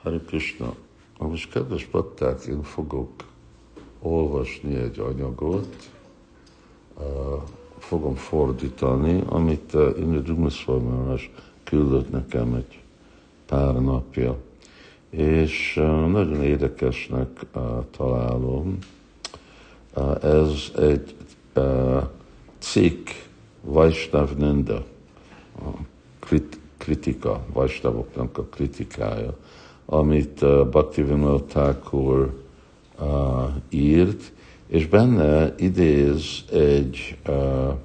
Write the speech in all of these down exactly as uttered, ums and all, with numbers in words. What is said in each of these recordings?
Hare Krishna. Na most, kedves patták, én fogok olvasni egy anyagot, uh, fogom fordítani, amit uh, Indra Dugmaszvarmás küldött nekem egy pár napja. És uh, nagyon érdekesnek uh, találom. Uh, ez egy uh, cikk, Vaishnav Ninda, a krit, kritika, Vaishnavoknak a kritikája, amit uh, Bhaktivinoda Thakur uh, írt, és benne idéz egy uh,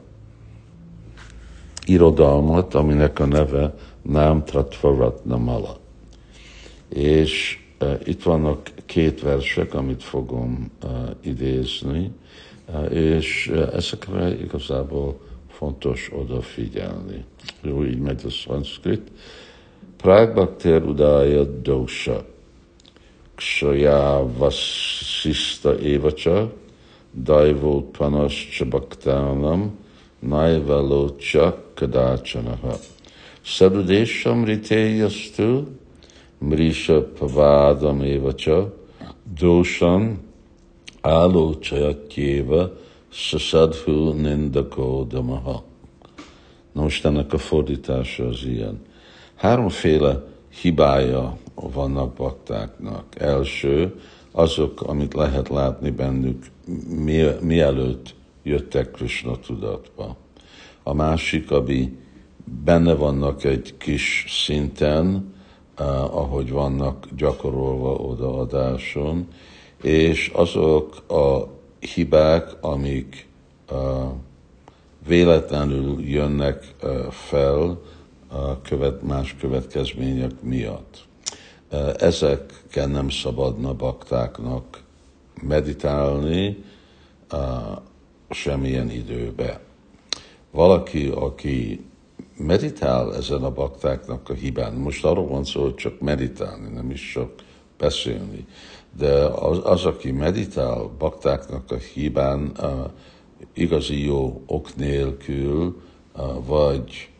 irodalmat, aminek a neve Nám Tattva Ratnamala. És uh, itt vannak két versek, amit fogom uh, idézni, uh, és uh, ezekre igazából fontos odafigyelni. Jó, így megy a szanszkrit. Prágbaktér udája dósa, kshaya vasista évacsa, dajvó panascsa baktánam, najvalócsa kadácsanaha. Szadudésam ritéjasztú, mrisa pavádam évacsa, dósan állócsajatjéva, sasadhu nindakódamaha. Na most ennek a fordítása az ilyen. Háromféle hibája vannak baktáknak. Első, azok, amit lehet látni bennük, mielőtt jöttek Krishna tudatba. A másik, ami benne vannak egy kis szinten, eh, ahogy vannak gyakorolva odaadáson, és azok a hibák, amik eh, véletlenül jönnek eh, fel, a követ, más következmények miatt. Ezekkel nem szabadna baktáknak meditálni semmilyen időbe. Valaki, aki meditál ezen a baktáknak a hibán, most arról van szó, hogy csak meditálni, nem is csak beszélni, de az, az aki meditál baktáknak a hibán igazi jó ok nélkül, vagy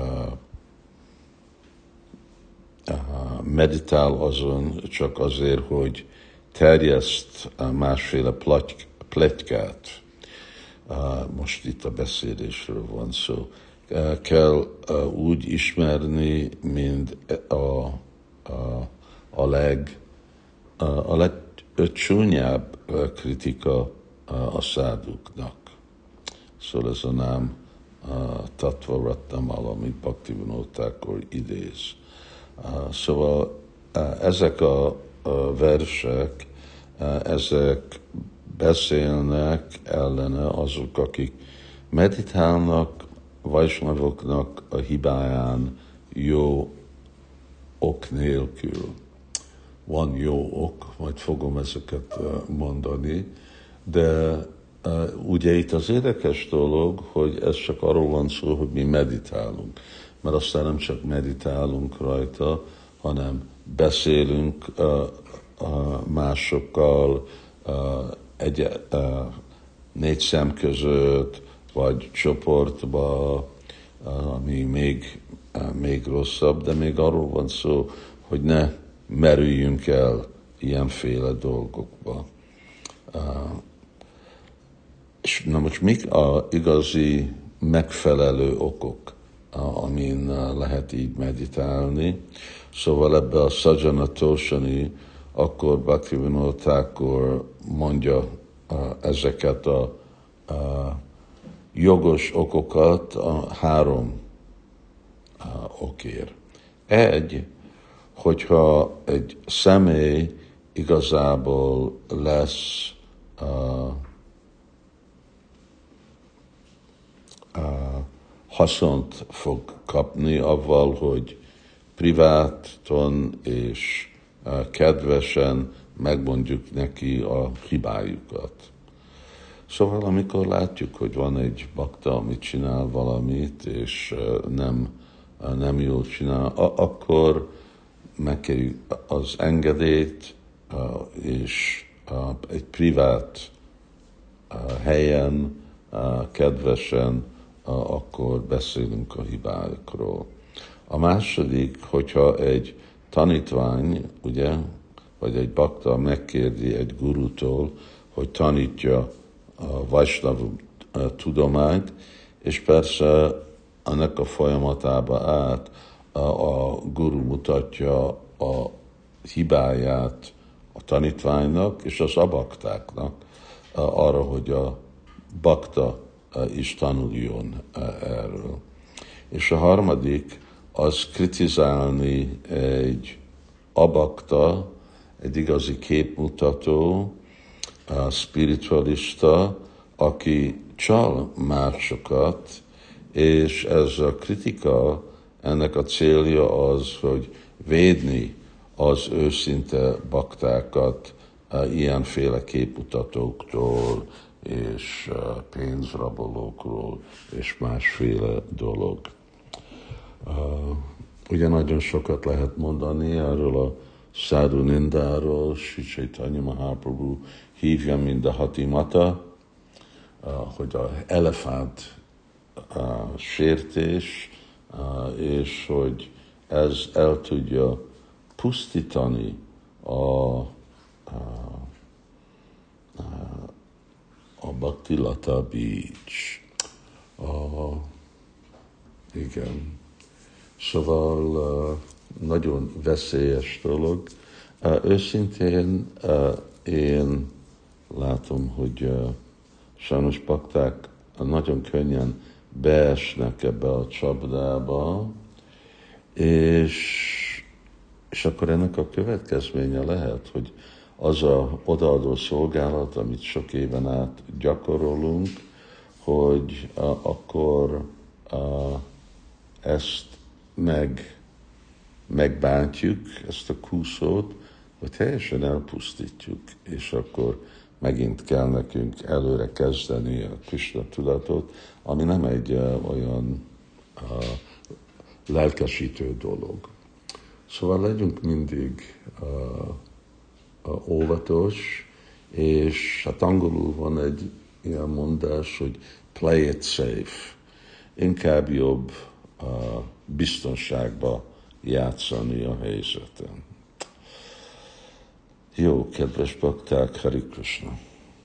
meditál azon csak azért, hogy terjeszt másféle pletykát. Most itt a beszélésről van szó. Kell úgy ismerni, mint a, a, a, leg, a legcsúnyább kritika a száduknak. Szóval ez a Nám Tattva Ratnamala, amit Bhaktivinoda Thakur idéz. Uh, szóval uh, ezek a, a versek, uh, ezek beszélnek ellene azok, akik meditálnak Vaishnavoknak a hibáján jó ok nélkül. Van jó ok, majd fogom ezeket uh, mondani, de uh, ugye itt az érdekes dolog, hogy ez csak arról van szó, hogy mi meditálunk. Mert aztán nem csak meditálunk rajta, hanem beszélünk uh, uh, másokkal uh, egy, uh, négy szem között, vagy csoportba, uh, ami még, uh, még rosszabb, de még arról van szó, hogy ne merüljünk el ilyenféle dolgokba. Uh, és na most mik a igazi megfelelő okok, amin lehet így meditálni. Szóval ebbe a Sajjana Toshani, akkor Bhaktivinoda Thakur mondja ezeket a, a jogos okokat a három a okért. Egy, hogyha egy személy igazából lesz a, a haszont fog kapni avval, hogy priváton és kedvesen megmondjuk neki a hibájukat. Szóval amikor látjuk, hogy van egy bakta, amit csinál valamit, és nem, nem jól csinál, akkor megkérjük az engedélyt, és egy privát helyen, kedvesen akkor beszélünk a hibákról. A második, hogyha egy tanítvány, ugye, vagy egy bakta megkérdi egy gurutól, hogy tanítja a Vaisnav tudományt, és persze ennek a folyamatába át a, a guru mutatja a hibáját a tanítványnak és az abaktáknak arra, hogy a bakta is tanuljon erről. És a harmadik az kritizálni egy abakta, egy igazi képmutató, a spiritualista, aki csal másokat, és ez a kritika, ennek a célja az, hogy védni az őszinte baktákat ilyenféle képmutatóktól, és pénzrabolókról, és másféle dolog. Ugye nagyon sokat lehet mondani erről a Sadhu Nindáról, Sri Chaitanya Mahaprabhu hívja mind a Hatimata, hogy az elefánt sértés, és hogy ez el tudja pusztítani a, a, a Bhaktilata Beach. A, igen. Szóval nagyon veszélyes dolog. Őszintén én látom, hogy sajnos bakták nagyon könnyen beesnek ebbe a csapdába, és, és akkor ennek a következménye lehet, hogy az a odaadó szolgálat, amit sok éven át gyakorolunk, hogy a, akkor a, ezt meg, megbántjuk, ezt a kúszót, hogy teljesen elpusztítjuk, és akkor megint kell nekünk előre kezdeni a Krishna tudatot, ami nem egy uh, olyan uh, lelkesítő dolog. Szóval legyünk mindig uh, uh, óvatos, és hát angolul van egy ilyen mondás, hogy play it safe. Inkább jobb uh, biztonságba játszani a helyzeten. Jó, kedves bakták, Hari Krishna!